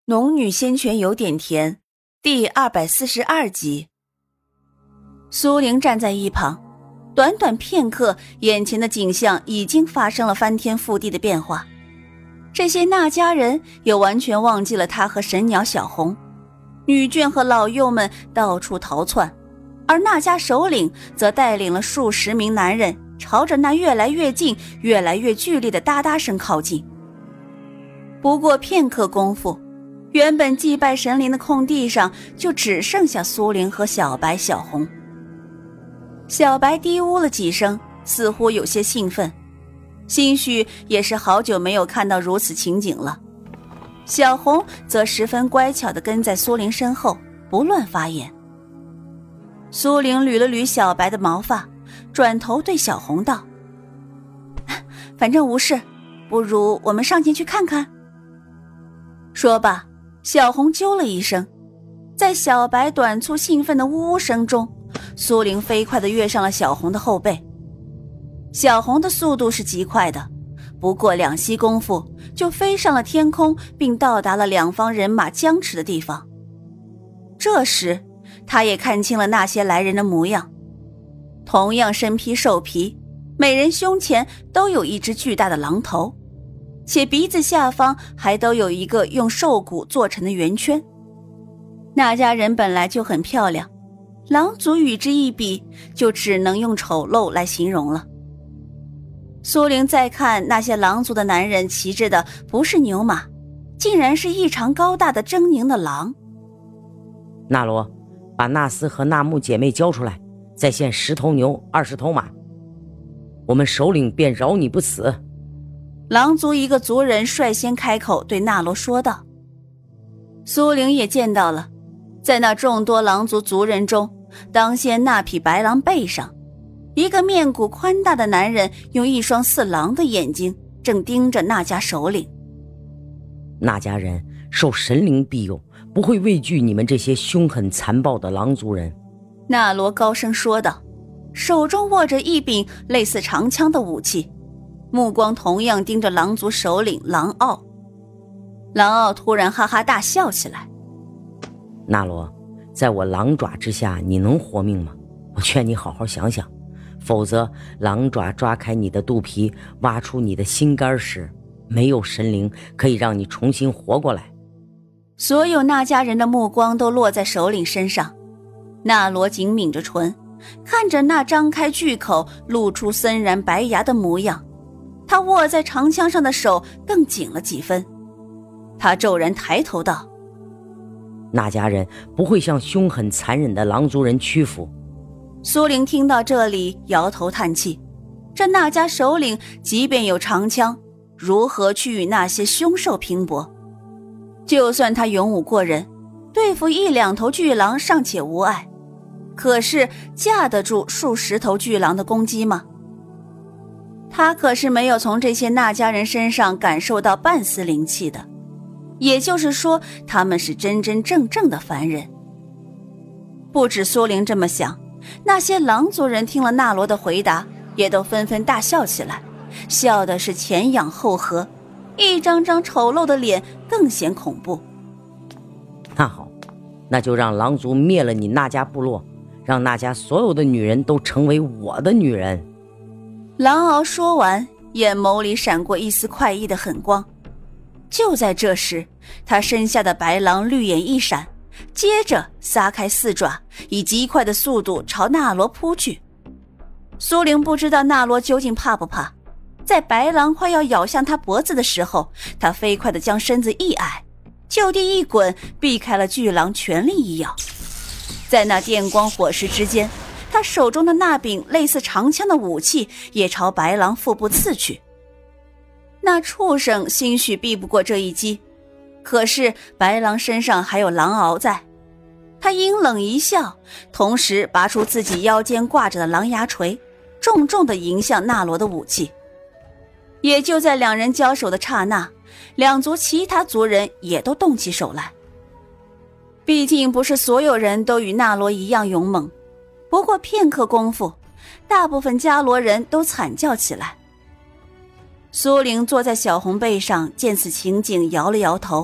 农女先泉有点甜第242集。苏玲站在一旁，短短片刻，眼前的景象已经发生了翻天覆地的变化。这些那家人也完全忘记了她和神鸟小红，女眷和老幼们到处逃窜，而那家首领则带领了数十名男人朝着那越来越近越来越剧烈的哒哒声靠近。不过片刻功夫，原本祭拜神灵的空地上就只剩下苏玲和小白、小红。小白低呜了几声，似乎有些兴奋，兴许也是好久没有看到如此情景了。小红则十分乖巧地跟在苏玲身后，不乱发言。苏玲捋了捋小白的毛发，转头对小红道：反正无事，不如我们上前去看看。说罢，小红啾了一声，在小白短促兴奋的呜呜声中，苏玲飞快地跃上了小红的后背。小红的速度是极快的，不过2息功夫就飞上了天空，并到达了两方人马僵持的地方。这时她也看清了那些来人的模样，同样身披兽皮，每人胸前都有一只巨大的狼头，且鼻子下方还都有一个用兽骨做成的圆圈。那家人本来就很漂亮，狼族与之一比，就只能用丑陋来形容了。苏玲再看那些狼族的男人骑着的不是牛马，竟然是异常高大的狰狞的狼。 纳罗，把纳斯和纳木姐妹交出来，再献10头牛20头马，我们首领便饶你不死。 狼族一个族人率先开口对纳罗说道。苏玲也见到了，在那众多狼族族人中，当先那匹白狼背上，一个面骨宽大的男人用一双似狼的眼睛正盯着那家首领。 那家人受神灵庇佑，不会畏惧你们这些凶狠残暴的狼族人。 纳罗高声说道，手中握着一柄类似长枪的武器，目光同样盯着狼族首领狼傲。狼傲突然哈哈大笑起来。 纳罗，在我狼爪之下，你能活命吗？我劝你好好想想，否则狼爪抓开你的肚皮，挖出你的心肝时，没有神灵可以让你重新活过来。 所有那家人的目光都落在首领身上。纳罗紧抿着唇，看着那张开巨口露出森然白牙的模样，他握在长枪上的手更紧了几分。他骤然抬头道： 那家人不会向凶狠残忍的狼族人屈服。 苏玲听到这里摇头叹气，这那家首领即便有长枪，如何去与那些凶兽拼搏？就算他勇武过人，对付1、2头巨狼尚且无碍，可是架得住数十头巨狼的攻击吗？他可是没有从这些那家人身上感受到半丝灵气的，也就是说，他们是真真正正的凡人。不止苏玲这么想，那些狼族人听了纳罗的回答，也都纷纷大笑起来，笑的是前仰后合，一张张丑陋的脸更显恐怖。 那好，那就让狼族灭了你那家部落，让那家所有的女人都成为我的女人。 狼敖说完，眼眸里闪过一丝快意的狠光。就在这时，他身下的白狼绿眼一闪，接着撒开4爪，以极快的速度朝纳罗扑去。苏玲不知道纳罗究竟怕不怕，在白狼快要咬向他脖子的时候，他飞快地将身子一矮，就地一滚，避开了巨狼全力一咬。在那电光火石之间，他手中的那柄类似长枪的武器也朝白狼腹部刺去。那畜生兴许避不过这一击，可是白狼身上还有狼敖在，他阴冷一笑，同时拔出自己腰间挂着的狼牙锤，重重地迎向纳罗的武器。也就在两人交手的刹那，两族其他族人也都动起手来。毕竟不是所有人都与纳罗一样勇猛，不过片刻功夫，大部分伽罗人都惨叫起来。苏玲坐在小红背上，见此情景摇了摇头，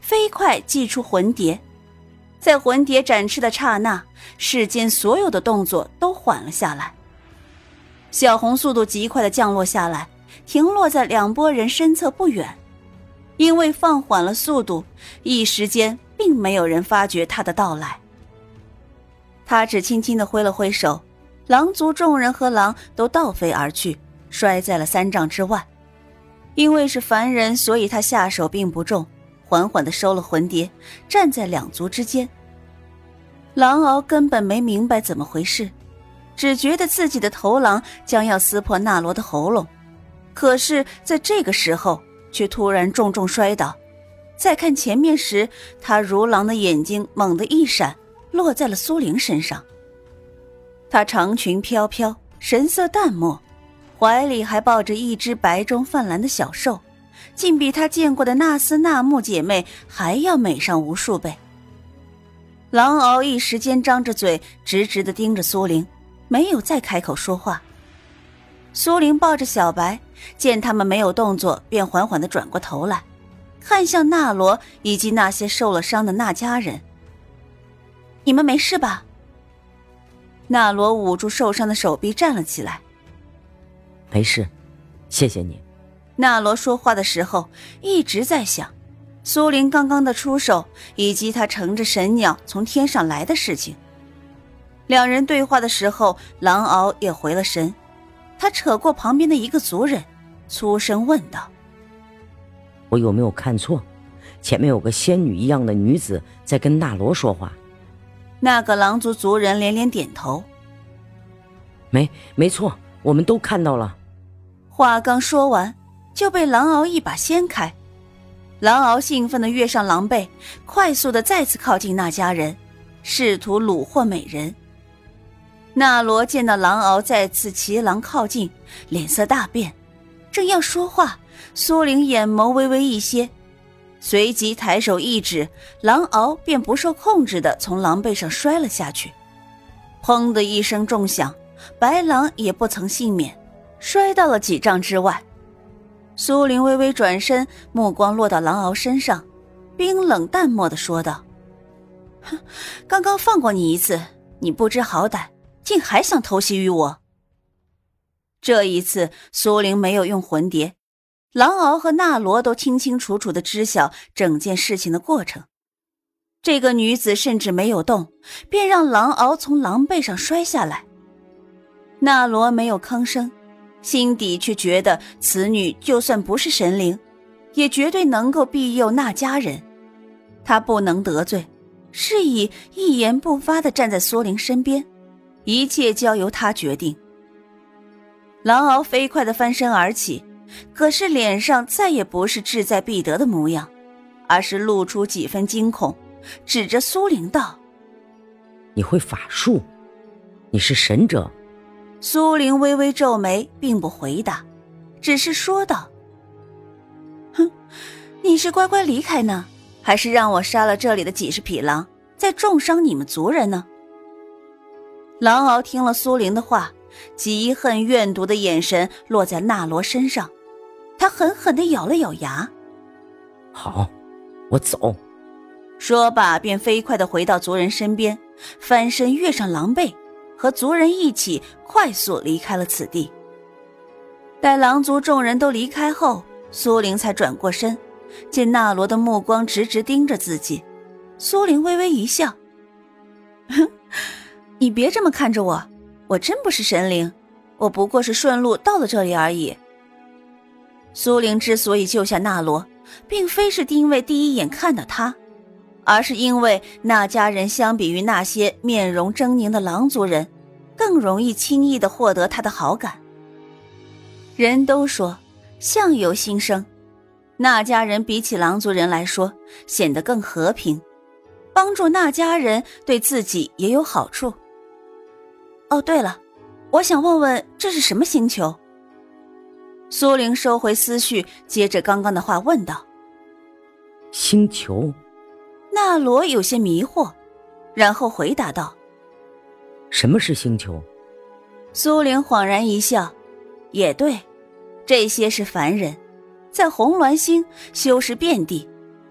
飞快祭出魂蝶。在魂蝶展翅的刹那，世间所有的动作都缓了下来。小红速度极快地降落下来，停落在两拨人身侧不远。因为放缓了速度，一时间并没有人发觉他的到来。他只轻轻地挥了挥手，狼族众人和狼都倒飞而去，摔在了3丈之外。因为是凡人，所以他下手并不重，缓缓地收了魂蝶，站在两族之间。狼敖根本没明白怎么回事，只觉得自己的头狼将要撕破纳罗的喉咙，可是在这个时候却突然重重摔倒。再看前面时，他如狼的眼睛猛地一闪，落在了苏玲身上。她长裙飘飘，神色淡漠，怀里还抱着一只白中泛蓝的小兽，竟比她见过的纳斯纳木姐妹还要美上无数倍。狼敖一时间张着嘴，直直地盯着苏玲，没有再开口说话。苏玲抱着小白，见他们没有动作，便缓缓地转过头来，看向纳罗以及那些受了伤的纳家人。你们没事吧？纳罗捂住受伤的手臂站了起来。 没事，谢谢你。 纳罗说话的时候一直在想苏玲刚刚的出手，以及他乘着神鸟从天上来的事情。两人对话的时候，狼敖也回了神，他扯过旁边的一个族人，粗声问道： 我有没有看错？前面有个仙女一样的女子在跟纳罗说话。 那个狼族族人连连点头。 没错，我们都看到了。 话刚说完，就被狼敖一把掀开。狼敖兴奋地跃上狼背，快速地再次靠近那家人，试图虏获美人。纳罗见到狼敖再次骑狼靠近，脸色大变，正要说话，苏玲眼眸微微一瞥，随即抬手一指，狼敖便不受控制地从狼背上摔了下去。砰的一声重响，白狼也不曾幸免，摔到了几丈之外。苏玲微微转身，目光落到狼敖身上，冰冷淡漠地说道：哼，刚刚放过你一次，你不知好歹，竟还想偷袭于我。这一次苏玲没有用魂蝶，狼敖和纳罗都清清楚楚地知晓整件事情的过程。这个女子甚至没有动，便让狼敖从狼背上摔下来。纳罗没有吭声，心底却觉得此女就算不是神灵，也绝对能够庇佑那家人。他不能得罪，是以一言不发地站在苏玲身边，一切交由他决定。狼敖飞快地翻身而起，可是脸上再也不是志在必得的模样，而是露出几分惊恐，指着苏玲道： 你会法术？你是神者？ 苏玲微微皱眉，并不回答，只是说道：哼，你是乖乖离开呢，还是让我杀了这里的几十匹狼，再重伤你们族人呢？狼敖听了苏玲的话，极恨怨毒的眼神落在纳罗身上，他狠狠地咬了咬牙。 好，我走。 说罢便飞快地回到族人身边，翻身跃上狼背，和族人一起快速离开了此地。待狼族众人都离开后，苏玲才转过身，见纳罗的目光直直盯着自己。苏玲微微一笑：哼，你别这么看着我，我真不是神灵，我不过是顺路到了这里而已。苏玲之所以救下纳罗，并非是因为第一眼看到他，而是因为那家人相比于那些面容狰狞的狼族人，更容易轻易地获得他的好感。人都说相由心生，那家人比起狼族人来说显得更和平，帮助那家人对自己也有好处。哦，对了，我想问问这是什么星球？苏玲收回思绪，接着刚刚的话问道。 星球？ 纳罗有些迷惑，然后回答道： 什么是星球？ 苏玲恍然一笑，也对，这些是凡人，在红鸾星修士遍地，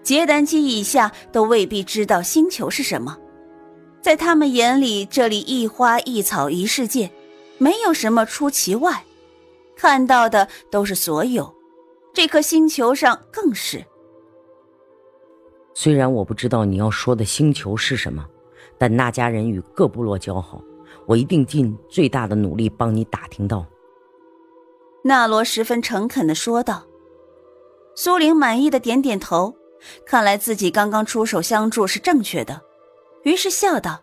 结丹期以下都未必知道星球是什么，在他们眼里，这里一花一草一世界，没有什么出其外，看到的都是所有，这颗星球上更是。 虽然我不知道你要说的星球是什么，但那家人与各部落交好，我一定尽最大的努力帮你打听到。 纳罗十分诚恳地说道。苏玲满意的点点头，看来自己刚刚出手相助是正确的，于是笑道：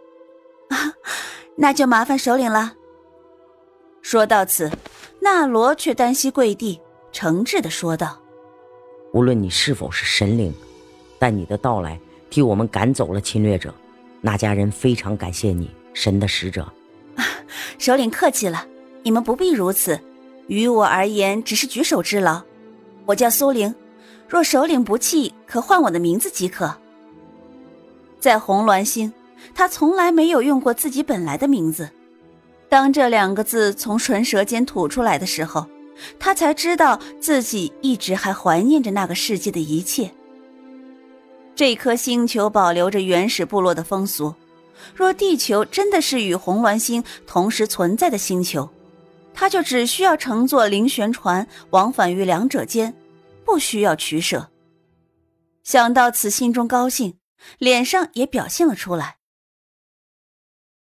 那就麻烦首领了。说到此，纳罗却单膝跪地，诚挚地说道： 无论你是否是神灵，但你的到来替我们赶走了侵略者，那家人非常感谢你，神的使者。 首领客气了，你们不必如此，于我而言只是举手之劳。我叫苏玲，若首领不弃，可唤我的名字即可。在红鸾星，他从来没有用过自己本来的名字，当这2个字从唇舌间吐出来的时候，他才知道自己一直还怀念着那个世界的一切。这颗星球保留着原始部落的风俗，若地球真的是与红鸾星同时存在的星球，他就只需要乘坐灵旋船往返于2者间，不需要取舍。想到此，心中高兴，脸上也表现了出来。